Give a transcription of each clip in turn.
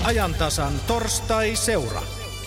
ajantasan torstai-seura.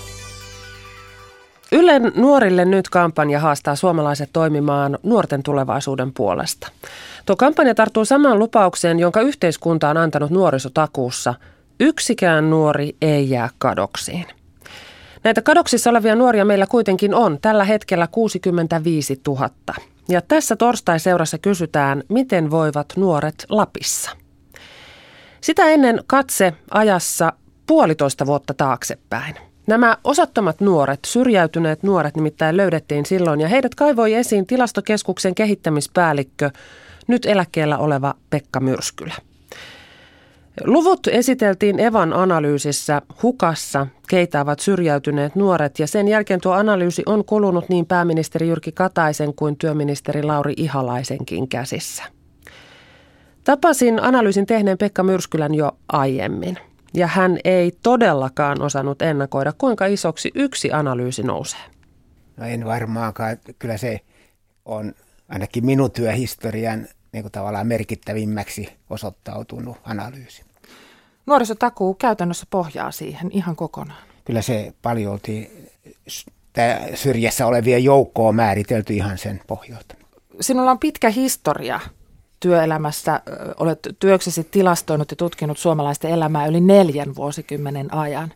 Ylen Nuorille nyt -kampanja haastaa suomalaiset toimimaan nuorten tulevaisuuden puolesta. Tuo kampanja tarttuu samaan lupaukseen, jonka yhteiskunta on antanut nuorisotakuussa. Yksikään nuori ei jää kadoksiin. Näitä kadoksissa olevia nuoria meillä kuitenkin on tällä hetkellä 65 000. Ja tässä torstai-seurassa kysytään, miten voivat nuoret Lapissa. Sitä ennen katse ajassa 1,5 vuotta taaksepäin. Nämä osattomat nuoret, syrjäytyneet nuoret nimittäin löydettiin silloin ja heidät kaivoi esiin Tilastokeskuksen kehittämispäällikkö, nyt eläkkeellä oleva Pekka Myrskylä. Luvut esiteltiin Evan analyysissä Hukassa, keitä ovat syrjäytyneet nuoret, ja sen jälkeen tuo analyysi on kulunut niin pääministeri Jyrki Kataisen kuin työministeri Lauri Ihalaisenkin käsissä. Tapasin analyysin tehneen Pekka Myrskylän jo aiemmin, ja hän ei todellakaan osannut ennakoida, kuinka isoksi yksi analyysi nousee. No en varmaankaan. Kyllä se on ainakin minun työhistorian tavallaan merkittävimmäksi osoittautunut analyysi. Nuorisotakuu käytännössä pohjaa siihen ihan kokonaan. Kyllä se paljolti syrjässä olevien joukkoa on määritelty ihan sen pohjalta. Sinulla on pitkä historia työelämässä. Olet työksesi tilastoinut ja tutkinut suomalaisten elämää yli 4 vuosikymmenen ajan.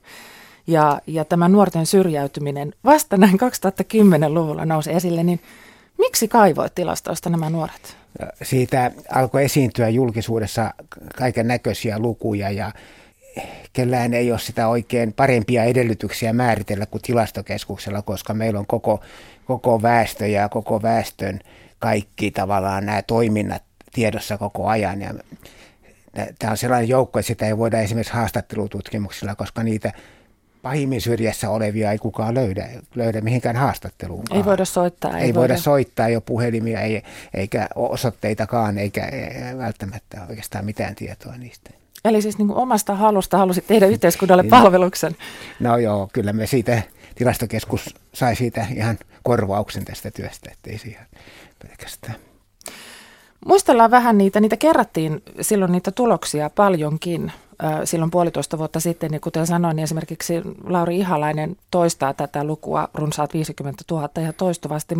Ja tämä nuorten syrjäytyminen vasta näin 2010-luvulla nousi esille, niin miksi kaivoit tilastoista nämä nuoret? Siitä alkoi esiintyä julkisuudessa kaiken näköisiä lukuja ja kellään ei ole sitä oikein parempia edellytyksiä määritellä kuin Tilastokeskuksella, koska meillä on koko väestö ja koko väestön kaikki tavallaan nämä toiminnat tiedossa koko ajan. Ja tämä on sellainen joukko, että sitä ei voida esimerkiksi haastattelututkimuksilla, koska niitä pahimmin syrjässä olevia ei kukaan löydä mihinkään haastatteluun. Ei voida soittaa. Ei voida soittaa jo puhelimia, eikä osoitteitakaan, eikä välttämättä oikeastaan mitään tietoa niistä. Eli siis niin kuin omasta halusta halusit tehdä yhteiskunnalle palveluksen? No joo, kyllä me siitä, Tilastokeskus sai siitä ihan korvauksen tästä työstä, ettei siihen pelkästään. Muistellaan vähän niitä kerrattiin silloin niitä tuloksia paljonkin. Silloin 1,5 vuotta sitten, niin kuten sanoin, niin esimerkiksi Lauri Ihalainen toistaa tätä lukua runsaat 50 000 ihan toistuvasti,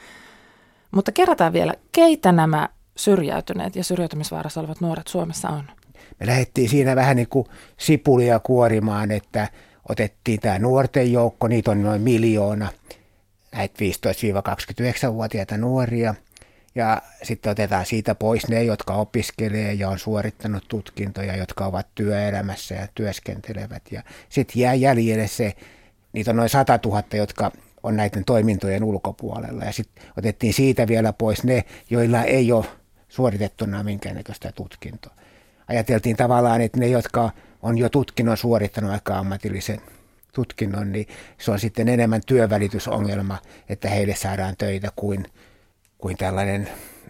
mutta kerrataan vielä, keitä nämä syrjäytyneet ja syrjäytymisvaarassa olevat nuoret Suomessa on? Me lähdettiin siinä vähän niin kuin sipulia kuorimaan, että otettiin tämä nuorten joukko, niitä on noin 1 000 000, näitä 15-29-vuotiaita nuoria. Ja sitten otetaan siitä pois ne, jotka opiskelee ja on suorittanut tutkintoja, jotka ovat työelämässä ja työskentelevät. Ja sitten jää jäljelle niitä on noin 100 000, jotka on näiden toimintojen ulkopuolella. Ja sitten otettiin siitä vielä pois ne, joilla ei ole suoritettuna minkäännäköistä tutkintoa. Ajateltiin tavallaan, että ne, jotka on jo tutkinnon suorittanut aika ammatillisen tutkinnon, niin se on sitten enemmän työvälitysongelma, että heille saadaan töitä kuin tällainen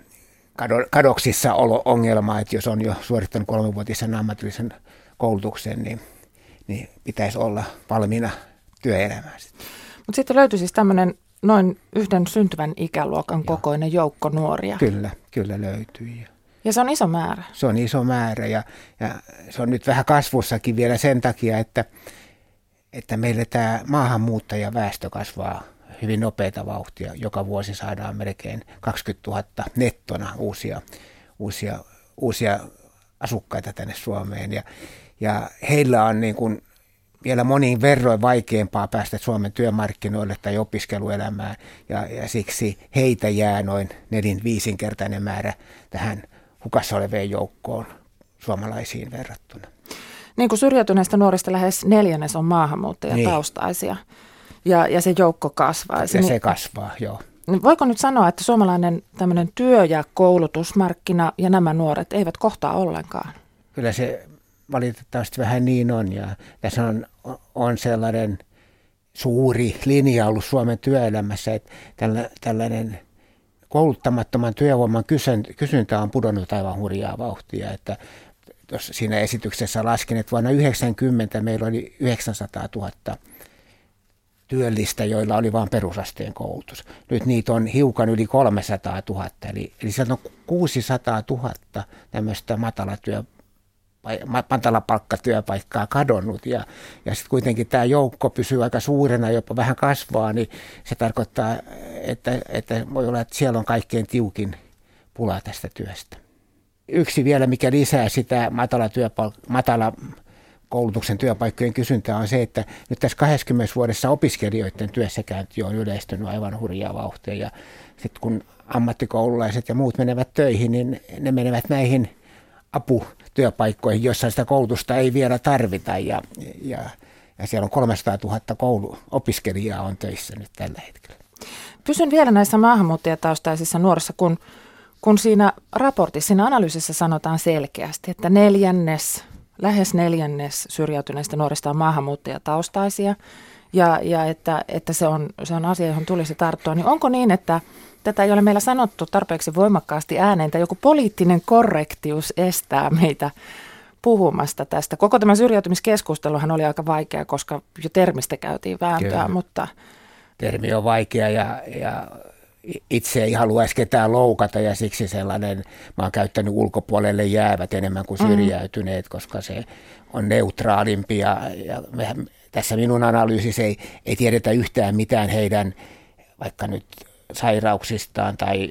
kadoksissa olo-ongelma, että jos on jo suorittanut 3-vuotisen ammatillisen koulutuksen, niin pitäisi olla valmiina työelämään. Mutta sitten löytyi siis tämmöinen noin yhden syntyvän ikäluokan kokoinen joukko nuoria. Kyllä löytyy. Ja se on iso määrä. Se on iso määrä ja se on nyt vähän kasvussakin vielä sen takia, että meillä tämä maahanmuuttajaväestö kasvaa hyvin nopeata vauhtia. Joka vuosi saadaan melkein 20 000 nettona uusia asukkaita tänne Suomeen. Ja heillä on niin kuin vielä monin verroin vaikeampaa päästä Suomen työmarkkinoille tai opiskeluelämään. Ja siksi heitä jää noin 4-5-kertainen määrä tähän hukassa oleveen joukkoon suomalaisiin verrattuna. Niin kuin syrjäytyneistä nuorista lähes 1/4 on maahanmuuttajataustaisia. Ja se joukko kasvaa. Se kasvaa, joo. Voiko nyt sanoa, että suomalainen tämmöinen työ- ja koulutusmarkkina ja nämä nuoret eivät kohtaa ollenkaan? Kyllä se valitettavasti vähän niin on. Ja tässä on sellainen suuri linja ollut Suomen työelämässä, että tällainen kouluttamattoman työvoiman kysyntä on pudonnut aivan hurjaa vauhtia. Että siinä esityksessä laskin, että vuonna 1990 meillä oli 900 000 työllistä, joilla oli vain perusasteen koulutus. Nyt niitä on hiukan yli 300 000, eli sieltä on 600 000 tämmöistä matalapalkkatyöpaikkaa kadonnut ja sitten kuitenkin tämä joukko pysyy aika suurena, jopa vähän kasvaa, niin se tarkoittaa, että voi olla, että siellä on kaikkein tiukin pula tästä työstä. Yksi vielä, mikä lisää sitä matala koulutuksen työpaikkojen kysyntää on se, että nyt tässä 20 vuodessa opiskelijoiden työssäkäynti on yleistynyt aivan hurjaa vauhtia ja sitten kun ammattikoululaiset ja muut menevät töihin, niin ne menevät näihin aputyöpaikkoihin, joissa sitä koulutusta ei vielä tarvita ja siellä on 300 000 opiskelijaa on töissä nyt tällä hetkellä. Pysyn vielä näissä maahanmuuttajataustaisissa nuorissa, kun siinä raportissa, siinä analyysissä sanotaan selkeästi, että lähes neljännes syrjäytyneistä nuorista on maahanmuuttajataustaisia ja että se on asia, johon tulisi tarttua. Niin onko niin, että tätä ei ole meillä sanottu tarpeeksi voimakkaasti ääneen, tai joku poliittinen korrektius estää meitä puhumasta tästä? Koko tämä syrjäytymiskeskusteluhan oli aika vaikea, koska jo termistä käytiin vääntöä, Kyllä. mutta Termi on vaikea ja itse ei haluaisi ketään loukata ja siksi mä oon käyttänyt ulkopuolelle jäävät enemmän kuin syrjäytyneet, koska se on neutraalimpi ja tässä minun analyysissä ei tiedetä yhtään mitään heidän vaikka nyt sairauksistaan tai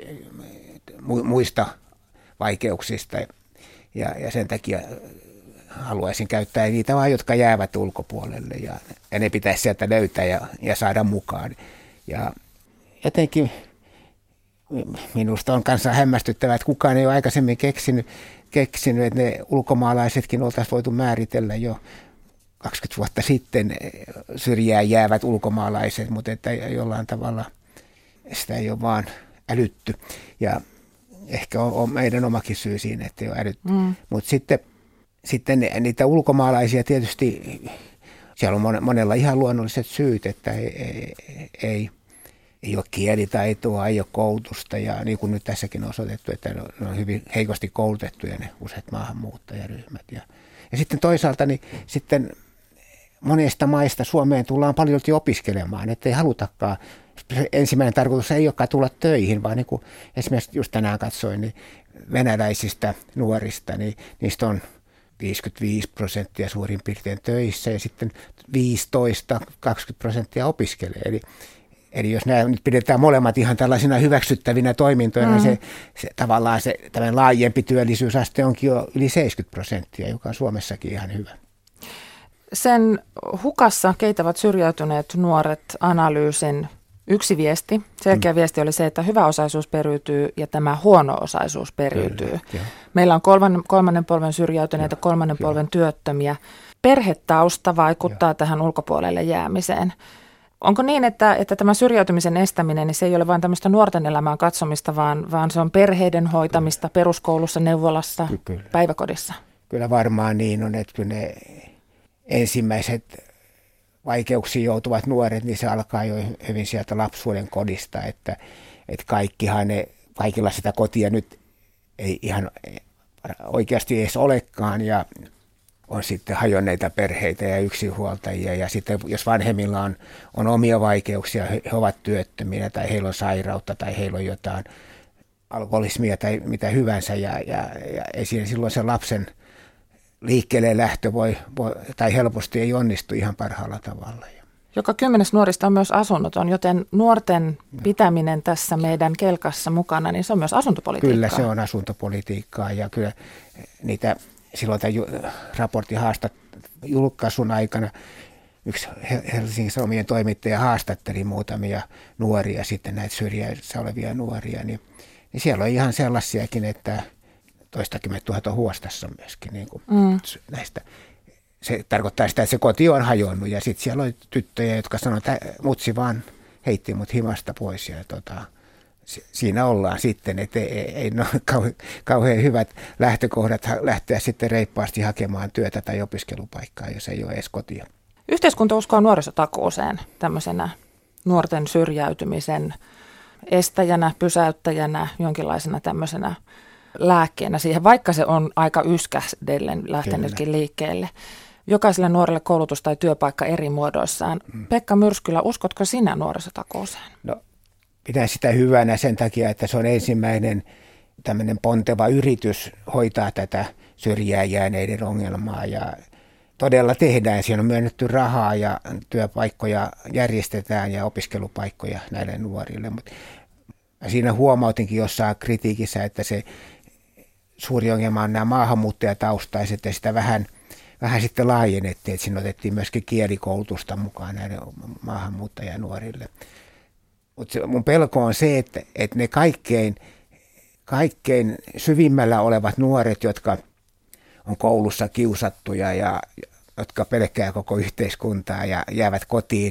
muista vaikeuksista ja sen takia haluaisin käyttää niitä vaan, jotka jäävät ulkopuolelle ja ne pitäisi sieltä löytää ja saada mukaan. Ja jotenkin minusta on kanssa hämmästyttävää, että kukaan ei ole aikaisemmin keksinyt, että ne ulkomaalaisetkin oltaisiin voitu määritellä jo 20 vuotta sitten syrjään jäävät ulkomaalaiset, mutta että jollain tavalla sitä ei ole vaan älytty. Ja ehkä on meidän omakin syy siinä, että ei ole älytty. Mutta sitten niitä ulkomaalaisia tietysti, siellä on monella ihan luonnolliset syyt, että ei ole kielitaitoa, ei ole koulutusta ja niin kuin nyt tässäkin on osoitettu, että ne on hyvin heikosti koulutettuja ne useat maahanmuuttajaryhmät. Ja sitten toisaalta niin sitten monesta maista Suomeen tullaan paljon opiskelemaan, ettei halutakaan. Ensimmäinen tarkoitus ei olekaan tulla töihin, vaan niin kuin esimerkiksi just tänään katsoin, niin venäläisistä nuorista, niin niistä on 55% suurin piirtein töissä ja sitten 15-20% opiskelee. Eli jos nämä nyt pidetään molemmat ihan tällaisina hyväksyttävinä toimintoina, niin se tavallaan se tämän laajempi työllisyysaste onkin jo yli 70%, joka on Suomessakin ihan hyvä. Sen hukassa keitä ovat syrjäytyneet nuoret -analyysin yksi viesti, selkeä viesti oli se, että hyväosaisuus periytyy ja tämä huono-osaisuus periytyy. Kyllä, meillä on kolmannen polven syrjäytyneitä, kolmannen polven työttömiä. Perhetausta vaikuttaa tähän ulkopuolelle jäämiseen. Onko niin, että tämä syrjäytymisen estäminen, niin se ei ole vain tämmöistä nuorten elämään katsomista, vaan se on perheiden hoitamista peruskoulussa, neuvolassa, päiväkodissa? Kyllä varmaan niin on, että kun ne ensimmäiset vaikeuksiin joutuvat nuoret, niin se alkaa jo hyvin sieltä lapsuuden kodista, että kaikilla sitä kotia nyt ei ihan oikeasti edes olekaan ja on sitten hajonneita perheitä ja yksinhuoltajia ja sitten jos vanhemmilla on omia vaikeuksia, he ovat työttöminä tai heillä on sairautta tai heillä on jotain alkoholismia tai mitä hyvänsä ja ei siinä silloin se lapsen liikkeelle lähtö tai helposti ei onnistu ihan parhaalla tavalla. Joka 10 nuorista on myös asunnoton, joten nuorten pitäminen tässä meidän kelkassa mukana, niin se on myös asuntopolitiikkaa. Kyllä se on asuntopolitiikkaa ja kyllä niitä silloin tämän raportin julkaisun aikana yksi Helsingin Sanomien toimittaja haastatteli muutamia nuoria, sitten näitä syrjäisissä olevia nuoria, niin siellä on ihan sellaisiakin, että 20 000 on huostassa myöskin niin kuin näistä. Se tarkoittaa sitä, että se koti on hajonnut ja sitten siellä oli tyttöjä, jotka sanoivat, että mutsi vaan heitti mut himasta pois ja siinä ollaan sitten, että ei ole kauhean hyvät lähtökohdat lähteä sitten reippaasti hakemaan työtä tai opiskelupaikkaa, jos ei ole edes kotia. Yhteiskunta uskoo nuorisotakuuseen tämmöisenä nuorten syrjäytymisen estäjänä, pysäyttäjänä, jonkinlaisena tämmöisenä lääkkeenä siihen, vaikka se on aika yskähdellen lähtenytkin liikkeelle. Jokaiselle nuorelle koulutus tai työpaikka eri muodoissaan. Pekka Myrskylä, uskotko sinä nuorisotakuuseen? No, pidän sitä hyvänä sen takia, että se on ensimmäinen tämmöinen ponteva yritys hoitaa tätä syrjään jääneiden ongelmaa ja todella tehdään. Siinä on myönnetty rahaa ja työpaikkoja järjestetään ja opiskelupaikkoja näille nuorille. Mutta siinä huomautinkin jossain kritiikissä, että se suuri ongelma on nämä maahanmuuttajataustaiset ja sitä vähän sitten laajennettiin, että siinä otettiin myöskin kielikoulutusta mukaan näille maahanmuuttajanuorille. Mutta mun pelko on se, että ne kaikkein syvimmällä olevat nuoret, jotka on koulussa kiusattuja ja jotka pelkää koko yhteiskuntaa ja jäävät kotiin,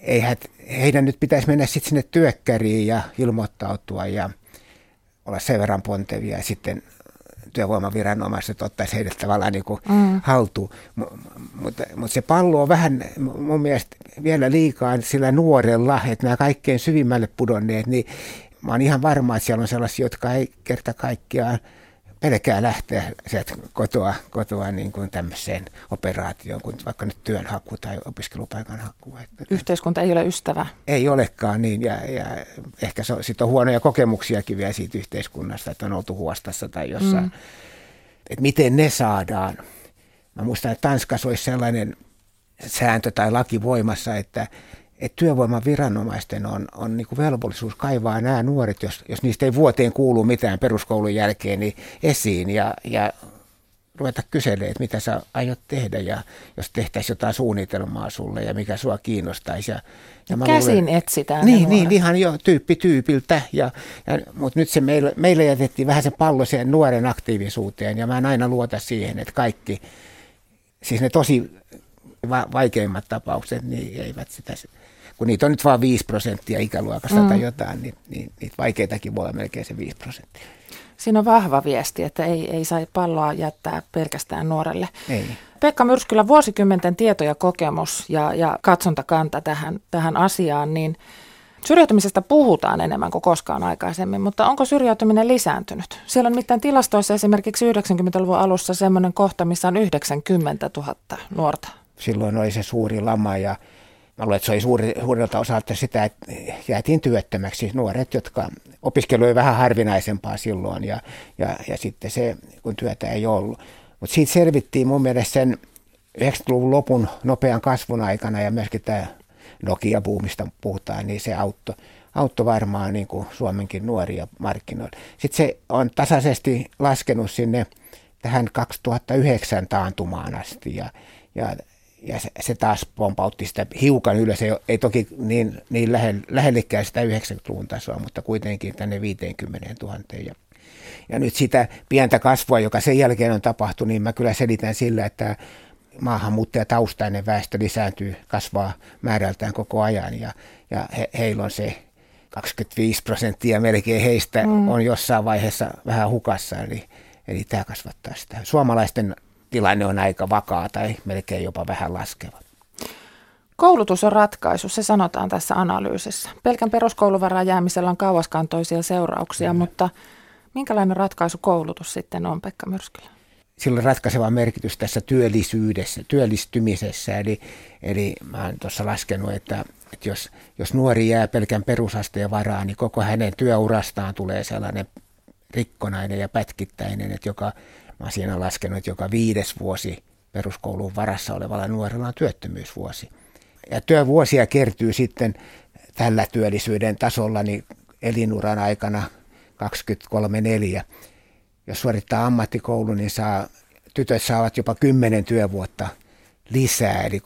heidän nyt pitäisi mennä sitten sinne työkkäriin ja ilmoittautua ja olla sen verran pontevia ja sitten työvoimaviranomaiset ottaisi heidät tavallaan niin kuin haltuun. Mutta se pallo on vähän mun mielestä vielä liikaa sillä nuorella, että nämä kaikkein syvimmälle pudonneet, niin mä oon ihan varma, että siellä on sellaisia, jotka ei kerta kaikkiaan pelkää lähteä sieltä kotoa niin kuin tämmöiseen operaatioon, kuin vaikka nyt työnhaku tai opiskelupaikan haku. Yhteiskunta ei ole ystävä. Ei olekaan niin, ja ehkä sitten on huonoja kokemuksiakin vielä siitä yhteiskunnasta, että on oltu huostassa tai jossain. Että miten ne saadaan. Mä muistan, että Tanskassa olisi sellainen sääntö tai laki voimassa, että työvoimaviranomaisten on niin kuin velvollisuus kaivaa nämä nuoret, jos niistä ei vuoteen kuulu mitään peruskoulun jälkeen, niin esiin ja ruveta kyselemään, että mitä sä aiot tehdä ja jos tehtäisiin jotain suunnitelmaa sulle ja mikä sua kiinnostaisi. Ja käsin etsitään. Niin, ihan jo tyyppi tyypiltä, mutta nyt se meille jätettiin vähän se pallo siihen nuoren aktiivisuuteen ja mä en aina luota siihen, että kaikki, siis ne tosi vaikeimmat tapaukset, niin eivät sitä, kun niitä on nyt vain 5% ikäluokasta tai jotain, niin niitä vaikeitakin voi olla melkein se 5%. Siinä on vahva viesti, että ei saa palloa jättää pelkästään nuorelle. Ei. Pekka Myrskylä, vuosikymmenten tieto ja kokemus ja katsontakanta tähän asiaan, niin syrjäytymisestä puhutaan enemmän kuin koskaan aikaisemmin, mutta onko syrjäytyminen lisääntynyt? Siellä on mitään tilastoissa esimerkiksi 90-luvun alussa semmoinen kohta, missä on 90 000 nuorta. Silloin oli se suuri lama ja mä luulen, että se oli suurelta osalta sitä, että jäätiin työttömäksi. Nuoret, jotka opiskelu oli vähän harvinaisempaa silloin ja sitten se, kun työtä ei ollut. Mutta siitä selvittiin mun mielestä sen 90-luvun lopun nopean kasvun aikana ja myöskin tämä Nokia-buumista puhutaan, niin se auttoi varmaan niin kuin Suomenkin nuoria markkinoilla. Sitten se on tasaisesti laskenut sinne tähän 2009 taantumaan asti ja se taas pompautti sitä hiukan ylös, ei toki niin lähellekään sitä 90-luvun tasoa, mutta kuitenkin tänne 50 000. Ja nyt sitä pientä kasvua, joka sen jälkeen on tapahtunut, niin mä kyllä selitän sillä, että maahanmuuttajataustainen väestö lisääntyy, kasvaa määrältään koko ajan ja heillä on se 25% melkein heistä on jossain vaiheessa vähän hukassa, eli tämä kasvattaa sitä. Suomalaisten tilanne on aika vakaa tai melkein jopa vähän laskeva. Koulutus on ratkaisu, se sanotaan tässä analyysissä. Pelkän peruskouluvaraan jäämisellä on kauaskantoisia seurauksia, mutta minkälainen ratkaisu koulutus sitten on, Pekka Myrskylä? Sillä on ratkaiseva merkitys tässä työllistymisessä. Eli mä oon tuossa laskenut, että jos nuori jää pelkän perusasteen varaan, niin koko hänen työurastaan tulee sellainen rikkonainen ja pätkittäinen, että mä oon siinä laskenut, että joka 5. vuosi peruskoulun varassa olevalla nuorella on työttömyysvuosi. Ja työvuosia kertyy sitten tällä työllisyyden tasolla niin elinuran aikana 23-4. Jos suorittaa ammattikoulun, niin tytöt saavat jopa 10 työvuotta lisää, eli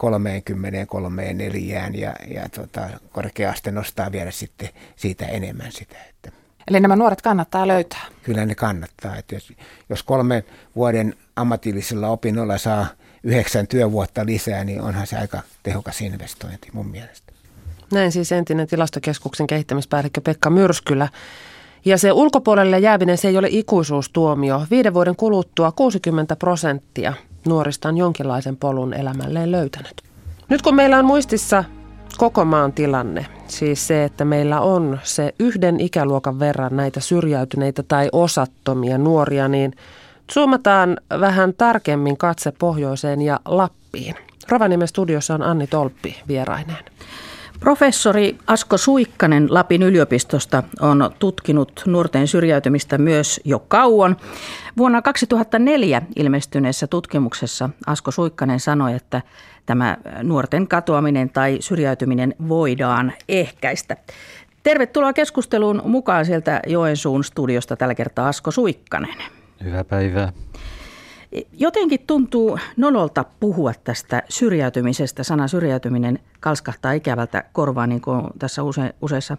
33-4 ja korkea-aste nostaa vielä sitten siitä enemmän sitä. Että eli nämä nuoret kannattaa löytää? Kyllä ne kannattaa. Että jos 3 vuoden ammatillisilla opinnoilla saa 9 työvuotta lisää, niin onhan se aika tehokas investointi mun mielestä. Näin siis entinen Tilastokeskuksen kehittämispäällikkö Pekka Myrskylä. Ja se ulkopuolelle jääminen, se ei ole ikuisuustuomio. 5 vuoden kuluttua 60% nuorista on jonkinlaisen polun elämälleen löytänyt. Nyt kun meillä on muistissa koko maan tilanne, siis se, että meillä on se 1 ikäluokan verran näitä syrjäytyneitä tai osattomia nuoria, niin zoomataan vähän tarkemmin katse pohjoiseen ja Lappiin. Rovaniemen studiossa on Anni Tolppi vieraineen. Professori Asko Suikkanen Lapin yliopistosta on tutkinut nuorten syrjäytymistä myös jo kauan. Vuonna 2004 ilmestyneessä tutkimuksessa Asko Suikkanen sanoi, että tämä nuorten katoaminen tai syrjäytyminen voidaan ehkäistä. Tervetuloa keskusteluun mukaan sieltä Joensuun studiosta tällä kertaa Asko Suikkanen. Hyvää päivää. Jotenkin tuntuu nololta puhua tästä syrjäytymisestä. Sana syrjäytyminen kalskahtaa ikävältä korvaan, niin kuin tässä useissa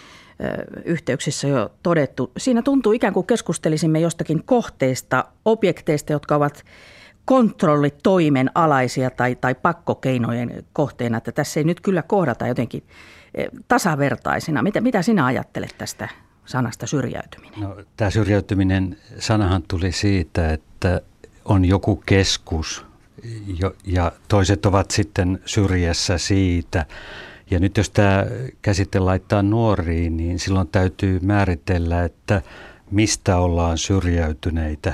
yhteyksissä jo todettu. Siinä tuntuu ikään kuin keskustelisimme jostakin kohteista, objekteista, jotka ovat kontrollitoimen alaisia tai pakkokeinojen kohteena. Että tässä ei nyt kyllä kohdata jotenkin tasavertaisina. Mitä sinä ajattelet tästä sanasta syrjäytyminen? No, tämä syrjäytyminen sanahan tuli siitä, että on joku keskus ja toiset ovat sitten syrjässä siitä. Ja nyt jos tämä käsite laittaa nuoriin, niin silloin täytyy määritellä, että mistä ollaan syrjäytyneitä.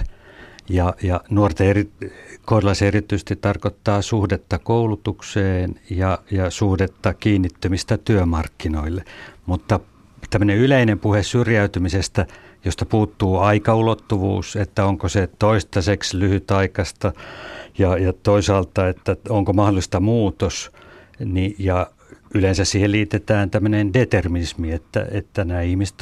Ja nuorten kohdalla se erityisesti tarkoittaa suhdetta koulutukseen ja suhdetta kiinnittymistä työmarkkinoille. Mutta tämmöinen yleinen puhe syrjäytymisestä, josta puuttuu aikaulottuvuus, että onko se toistaiseksi lyhytaikaista ja toisaalta, että onko mahdollista muutos, niin, ja yleensä siihen liitetään tämmöinen determinismi, että nämä ihmiset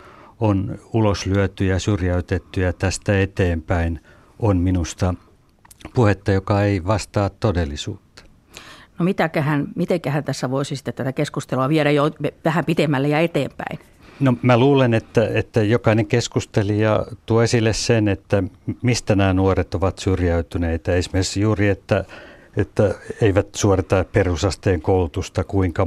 on uloslyötyjä, syrjäytettyjä tästä eteenpäin, on minusta puhetta, joka ei vastaa todellisuutta. No mitenköhän tässä voisi sitten tätä keskustelua viedä jo vähän pitemmälle ja eteenpäin? No mä luulen, että jokainen keskustelija tuo esille sen, että mistä nämä nuoret ovat syrjäytyneitä. Esimerkiksi juuri, että eivät suorita perusasteen koulutusta, kuinka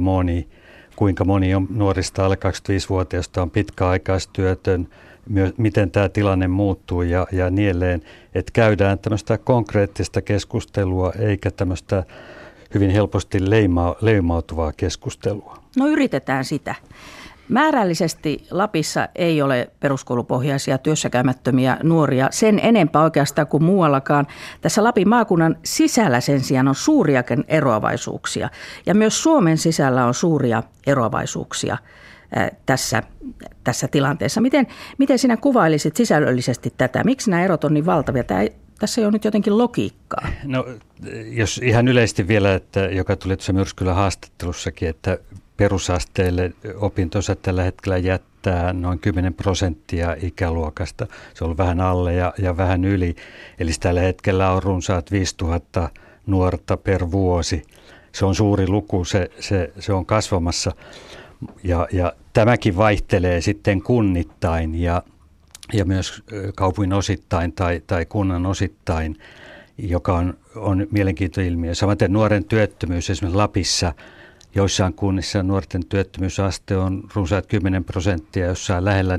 moni on nuorista alle 25-vuotiaista on pitkäaikaistyötön, miten tämä tilanne muuttuu ja niin edelleen. Että käydään tämmöistä konkreettista keskustelua eikä tämmöistä hyvin helposti leimautuvaa keskustelua. No yritetään sitä. Määrällisesti Lapissa ei ole peruskoulupohjaisia työssäkäymättömiä nuoria sen enempää oikeastaan kuin muuallakaan. Tässä Lapin maakunnan sisällä sen sijaan on suuriakin eroavaisuuksia ja myös Suomen sisällä on suuria eroavaisuuksia tässä tilanteessa. Miten sinä kuvailisit sisällöllisesti tätä? Miksi nämä erot on niin valtavia? Tässä ei ole nyt jotenkin logiikkaa. No jos ihan yleisesti vielä, että joka tuli tuossa Myrskylän haastattelussakin, että perusasteelle opintonsa tällä hetkellä jättää noin 10% ikäluokasta. Se on ollut vähän alle ja vähän yli. Eli tällä hetkellä on runsaat 5000 nuorta per vuosi. Se on suuri luku, se on kasvamassa. Ja tämäkin vaihtelee sitten kunnittain ja myös kaupungin osittain tai kunnan osittain, joka on mielenkiintoinen ilmiö. Samaten nuoren työttömyys esimerkiksi Lapissa, joissain kunnissa nuorten työttömyysaste on runsaat 10%, jossain lähellä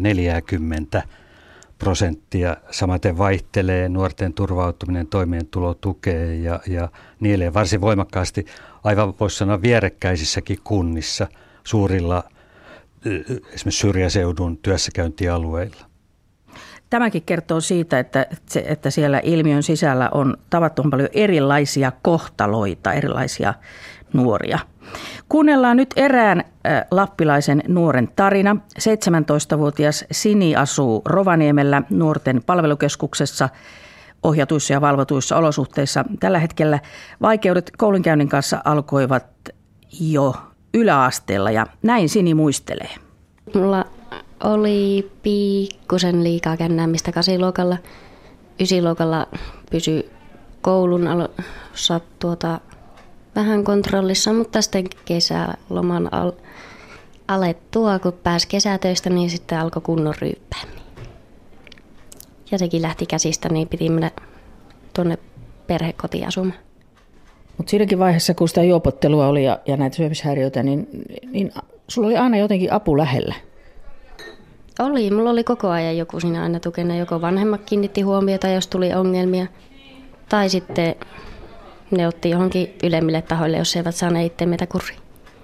40%. Samaten vaihtelee nuorten turvautuminen toimeentulotukeen ja niille varsin voimakkaasti, aivan voisi sanoa vierekkäisissäkin kunnissa, suurilla esimerkiksi syrjäseudun työssäkäyntialueilla. Tämäkin kertoo siitä, että siellä ilmiön sisällä on tavattoman paljon erilaisia kohtaloita, erilaisia nuoria. Kuunnellaan nyt erään lappilaisen nuoren tarina. 17-vuotias Sini asuu Rovaniemellä nuorten palvelukeskuksessa ohjatuissa ja valvotuissa olosuhteissa. Tällä hetkellä vaikeudet koulunkäynnin kanssa alkoivat jo yläasteella ja näin Sini muistelee. Mulla oli pikkusen liikaa kännäämistä 8-luokalla. 9-luokalla pysyi koulun alussa vähän kontrollissa, mutta sitten kesäloman alettua, kun pääsi kesätöistä, niin sitten alkoi kunnon ryyppääminen. Ja sekin lähti käsistä, niin piti mennä tuonne perhekotiin asumaan. Mutta siinäkin vaiheessa, kun sitä juopottelua oli ja näitä syömishäiriöitä, niin sulla oli aina jotenkin apu lähellä. Oli. Mulla oli koko ajan joku siinä aina tukena. Joko vanhemmat kiinnitti huomiota, jos tuli ongelmia. Tai sitten ne otti johonkin ylemmille tahoille, jos eivät saaneet itse meitä kuriin.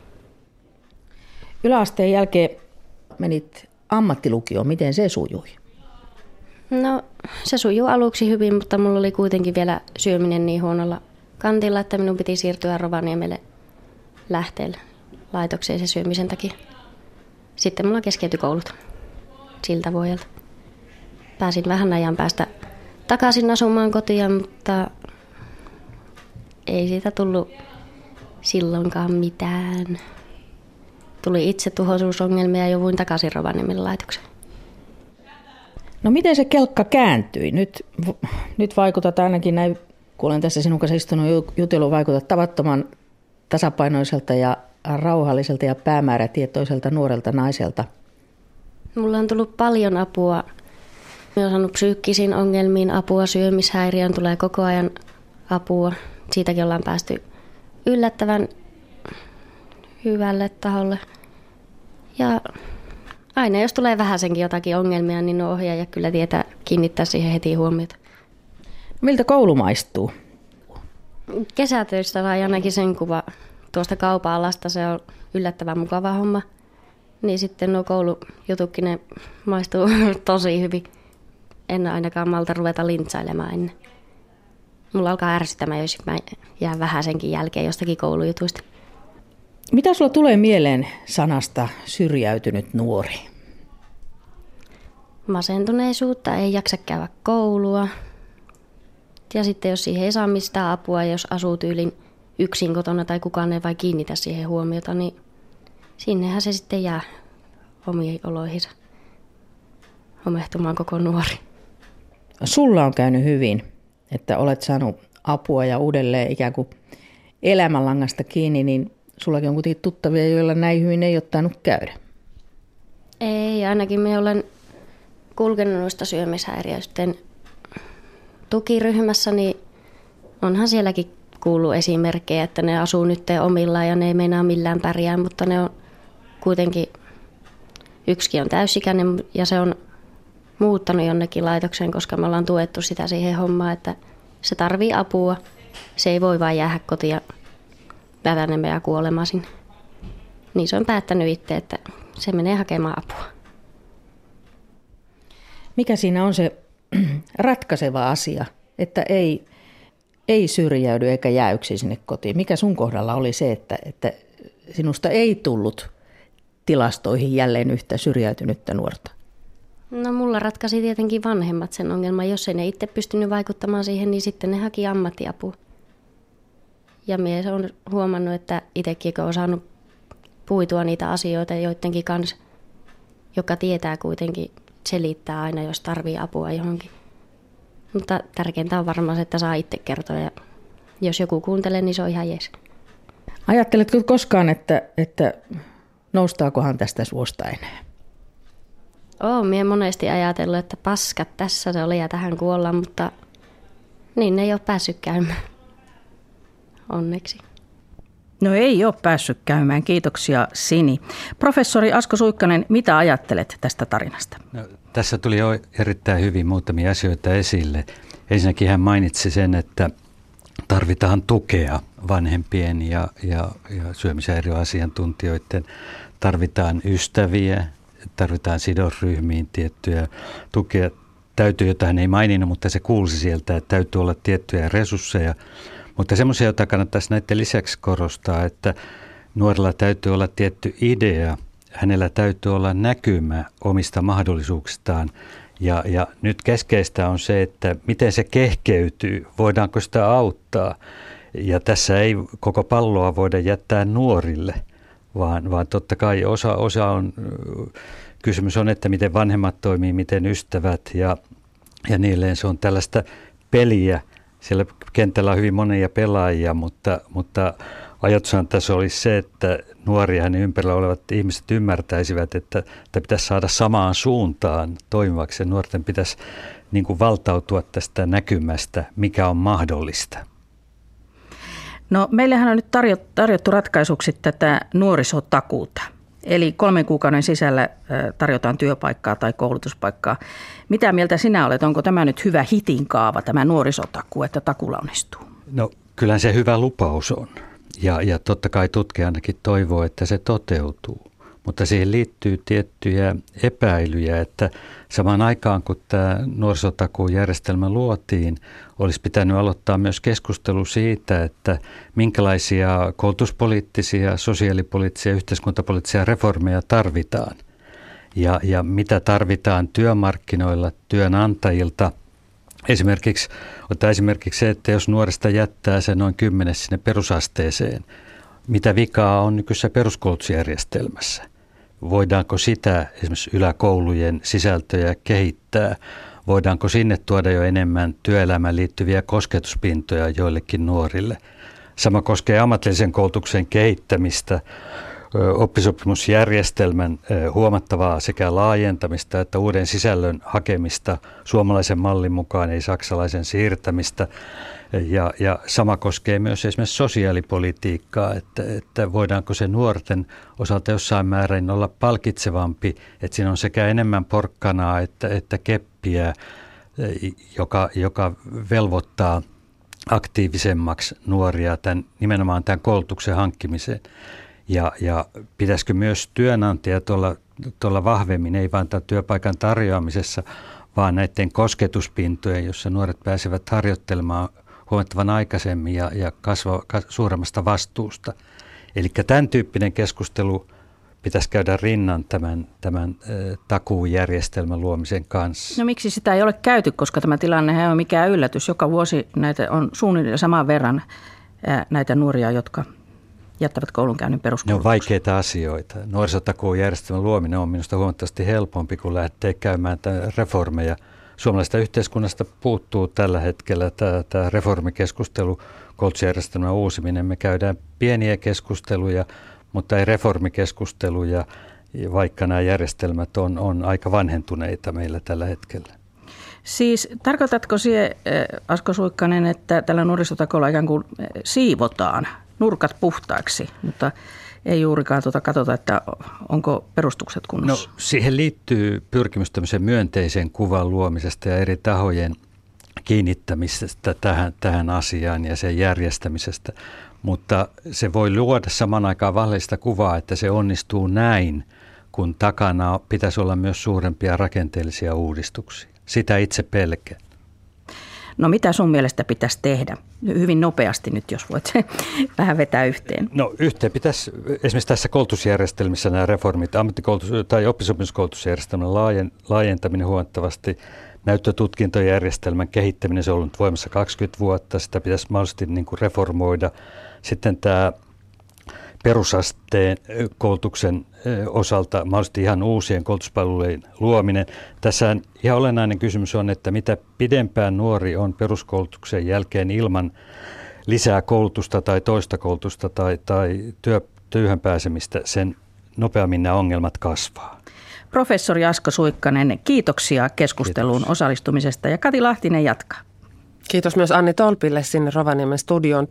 Yläasteen jälkeen menit ammattilukioon. Miten se sujui? No se sujui aluksi hyvin, mutta mulla oli kuitenkin vielä syöminen niin huonolla kantilla, että minun piti siirtyä Rovaniemelle lähteellä. laitokseen se syömisen takia. Sitten mulla keskeytyi koulut siltä vuodelta. Pääsin vähän ajan päästä takaisin asumaan kotiin, mutta ei siitä tullut silloinkaan mitään. Tuli itsetuhoisuusongelmia ja jouduin takaisin Rovaniemen laitokseen. No miten se kelkka kääntyi? Nyt vaikutat ainakin näin, kun olen tässä sinun kanssa istunut jutelun, vaikutat tavattoman tasapainoiselta ja rauhalliselta ja päämäärätietoiselta nuorelta naiselta. Mulla on tullut paljon apua. Mä oon saanut psyykkisiin ongelmiin apua, syömishäiriöön tulee koko ajan apua. Siitäkin ollaan päästy yllättävän hyvälle taholle. Ja aina jos tulee vähäsenkin jotakin ongelmia, niin nuo ohjaaja kyllä tietää kiinnittää siihen heti huomiota. Miltä koulu maistuu? Kesätöistä vai ainakin sen kuva tuosta kaupan alasta, se on yllättävän mukava homma. Niin sitten nuo koulujututkin, ne maistuu tosi hyvin. En ainakaan malta ruveta lintsailemaan ennen. Mulla alkaa ärsyttämään, jos mä jään vähäsenkin jälkeen jostakin koulujutuista. Mitä sulla tulee mieleen sanasta syrjäytynyt nuori? Masentuneisuutta, ei jaksa käydä koulua. Ja sitten jos siihen ei saa mistään apua, jos asuu tyylin yksin kotona tai kukaan ei vai kiinnitä siihen huomiota, niin sinnehän se sitten jää omiin oloihinsa homehtumaan koko nuori. Sulla on käynyt hyvin, että olet saanut apua ja uudelleen ikään kuin elämänlangasta kiinni, niin sullakin on kuitenkin tuttavia, joilla näin hyvin ei ole tainnut käydä. Ei, ainakin me olen kulkenut noista syömishäiriöisten tukiryhmässä, niin onhan sielläkin kuullut esimerkkejä, että ne asuu nyt omillaan ja ne ei meinaa millään pärjää, mutta ne on kuitenkin, yksikin on täysikäinen ja se on muuttanut jonnekin laitokseen, koska me ollaan tuettu sitä siihen hommaan, että se tarvii apua. Se ei voi vain jäädä kotiin ja pätänemään ja kuolemaan sinne. Niin se on päättänyt itse, että se menee hakemaan apua. Mikä siinä on se ratkaiseva asia, että ei syrjäydy eikä jää yksin sinne kotiin? Mikä sun kohdalla oli se, että sinusta ei tullut tilastoihin jälleen yhtä syrjäytynyttä nuorta? No mulla ratkaisi tietenkin vanhemmat sen ongelman. Jos ei ne itse pystynyt vaikuttamaan siihen, niin sitten ne haki ammattiapua. Ja mies on huomannut, että itsekin on saanut puitua niitä asioita joidenkin kanssa, joka tietää kuitenkin selittää aina, jos tarvii apua johonkin. Mutta tärkeintä on varmaan se, että saa itse kertoa ja jos joku kuuntelee, niin se on ihan jees. Ajatteletko koskaan, että noustaakohan tästä suosta enää? Oon minä monesti ajatellut, että paskat tässä se oli ja tähän kuollaan, mutta niin ei ole päässyt käymään. Onneksi. No ei ole päässyt käymään. Kiitoksia Sini. Professori Asko Suikkanen, mitä ajattelet tästä tarinasta? No, tässä tuli jo erittäin hyvin muutamia asioita esille. Ensinnäkin hän mainitsi sen, että tarvitaan tukea vanhempien ja syömishäiriöasiantuntijoiden. Tarvitaan ystäviä, tarvitaan sidosryhmiin tiettyjä tukea. Täytyy, jota hän ei maininnut, mutta se kuulsi sieltä, että täytyy olla tiettyjä resursseja. Mutta semmoisia, joita kannattaisi näiden lisäksi korostaa, että nuorella täytyy olla tietty idea, hänellä täytyy olla näkymä omista mahdollisuuksistaan. Ja nyt keskeistä on se, että miten se kehkeytyy, voidaanko sitä auttaa. Ja tässä ei koko palloa voida jättää nuorille, vaan totta kai osa on, kysymys on, että miten vanhemmat toimii, miten ystävät ja niilleen se on tällaista peliä. Siellä kentällä on hyvin monia pelaajia, mutta ajatushan tässä olisi se, että nuori ja hänen ympärillä olevat ihmiset ymmärtäisivät, että pitäisi saada samaan suuntaan toimivaksi. Nuorten pitäisi niin kuin valtautua tästä näkymästä, mikä on mahdollista. No meillähän on nyt tarjottu ratkaisuksi tätä nuorisotakuuta. Eli 3 kuukauden sisällä tarjotaan työpaikkaa tai koulutuspaikkaa. Mitä mieltä sinä olet? Onko tämä nyt hyvä hitin kaava, tämä nuorisotakuu, että takuulla onnistuu? No kyllähän se hyvä lupaus on. Ja totta kai tutkija ainakin toivoo, että se toteutuu. Mutta siihen liittyy tiettyjä epäilyjä, että samaan aikaan kun tämä nuorisotakuujärjestelmä luotiin, olisi pitänyt aloittaa myös keskustelu siitä, että minkälaisia koulutuspoliittisia, sosiaalipoliittisia ja yhteiskuntapoliittisia reformeja tarvitaan. Ja mitä tarvitaan työmarkkinoilla työnantajilta. Esimerkiksi se, että jos nuoresta jättää se noin 10 sinne perusasteeseen, mitä vikaa on nykyisessä peruskoulutusjärjestelmässä? Voidaanko sitä esimerkiksi yläkoulujen sisältöjä kehittää? Voidaanko sinne tuoda jo enemmän työelämään liittyviä kosketuspintoja joillekin nuorille? Sama koskee ammatillisen koulutuksen kehittämistä, oppisopimusjärjestelmän huomattavaa sekä laajentamista että uuden sisällön hakemista suomalaisen mallin mukaan, ei saksalaisen siirtämistä. Ja sama koskee myös esimerkiksi sosiaalipolitiikkaa, että voidaanko se nuorten osalta jossain määrin olla palkitsevampi, että siinä on sekä enemmän porkkanaa että keppiä, joka velvoittaa aktiivisemmaksi nuoria nimenomaan tämän koulutuksen hankkimiseen. Ja pitäisikö myös työnantajat olla vahvemmin, ei vain tämän työpaikan tarjoamisessa, vaan näiden kosketuspintojen, jossa nuoret pääsevät harjoittelemaan huomattavan aikaisemmin ja suuremmasta vastuusta. Eli tämän tyyppinen keskustelu pitäisi käydä rinnan tämän takuujärjestelmän luomisen kanssa. No miksi sitä ei ole käyty, koska tämä tilanne ei ole mikään yllätys. Joka vuosi näitä on suunnilleen saman verran näitä nuoria, jotka jättävät koulunkäynnin peruskoulussa. Ne on vaikeita asioita. Nuorisotakuujärjestelmän luominen on minusta huomattavasti helpompi kuin lähteä käymään reformeja. Suomalaisesta yhteiskunnasta puuttuu tällä hetkellä tämä reformikeskustelu, koulutusjärjestelmän uusiminen. Me käydään pieniä keskusteluja, mutta ei reformikeskusteluja, vaikka nämä järjestelmät on aika vanhentuneita meillä tällä hetkellä. Siis tarkoitatko sinä, Asko Suikkanen, että tällä nuorisotakuulla ikään kuin siivotaan nurkat puhtaaksi, mutta ei juurikaan katsota, että onko perustukset kunnossa? No siihen liittyy pyrkimys tämmöisen myönteisen kuvan luomisesta ja eri tahojen kiinnittämisestä tähän asiaan ja sen järjestämisestä. Mutta se voi luoda saman aikaan vahleista kuvaa, että se onnistuu näin, kun takana pitäisi olla myös suurempia rakenteellisia uudistuksia. Sitä itse pelkään. No mitä sun mielestä pitäisi tehdä? Hyvin nopeasti nyt, jos voit vähän vetää yhteen. No yhteen pitäisi esimerkiksi tässä koulutusjärjestelmissä nämä reformit, tai oppisopimuskoulutusjärjestelmän laajentaminen huomattavasti, näyttötutkintojärjestelmän kehittäminen, se on ollut voimassa 20 vuotta, sitä pitäisi mahdollisesti niin kuin reformoida. Sitten tämä perusasteen koulutuksen osalta mahdollisesti ihan uusien koulutuspalvelujen luominen. Tässä ihan olennainen kysymys on, että mitä pidempään nuori on peruskoulutuksen jälkeen ilman lisää koulutusta tai toista koulutusta tai työhön pääsemistä, sen nopeammin nämä ongelmat kasvaa. Professori Asko Suikkanen, kiitoksia keskusteluun osallistumisesta ja Kati Lahtinen jatkaa. Kiitos myös Anni Tolpille sinne Rovaniemen studioon.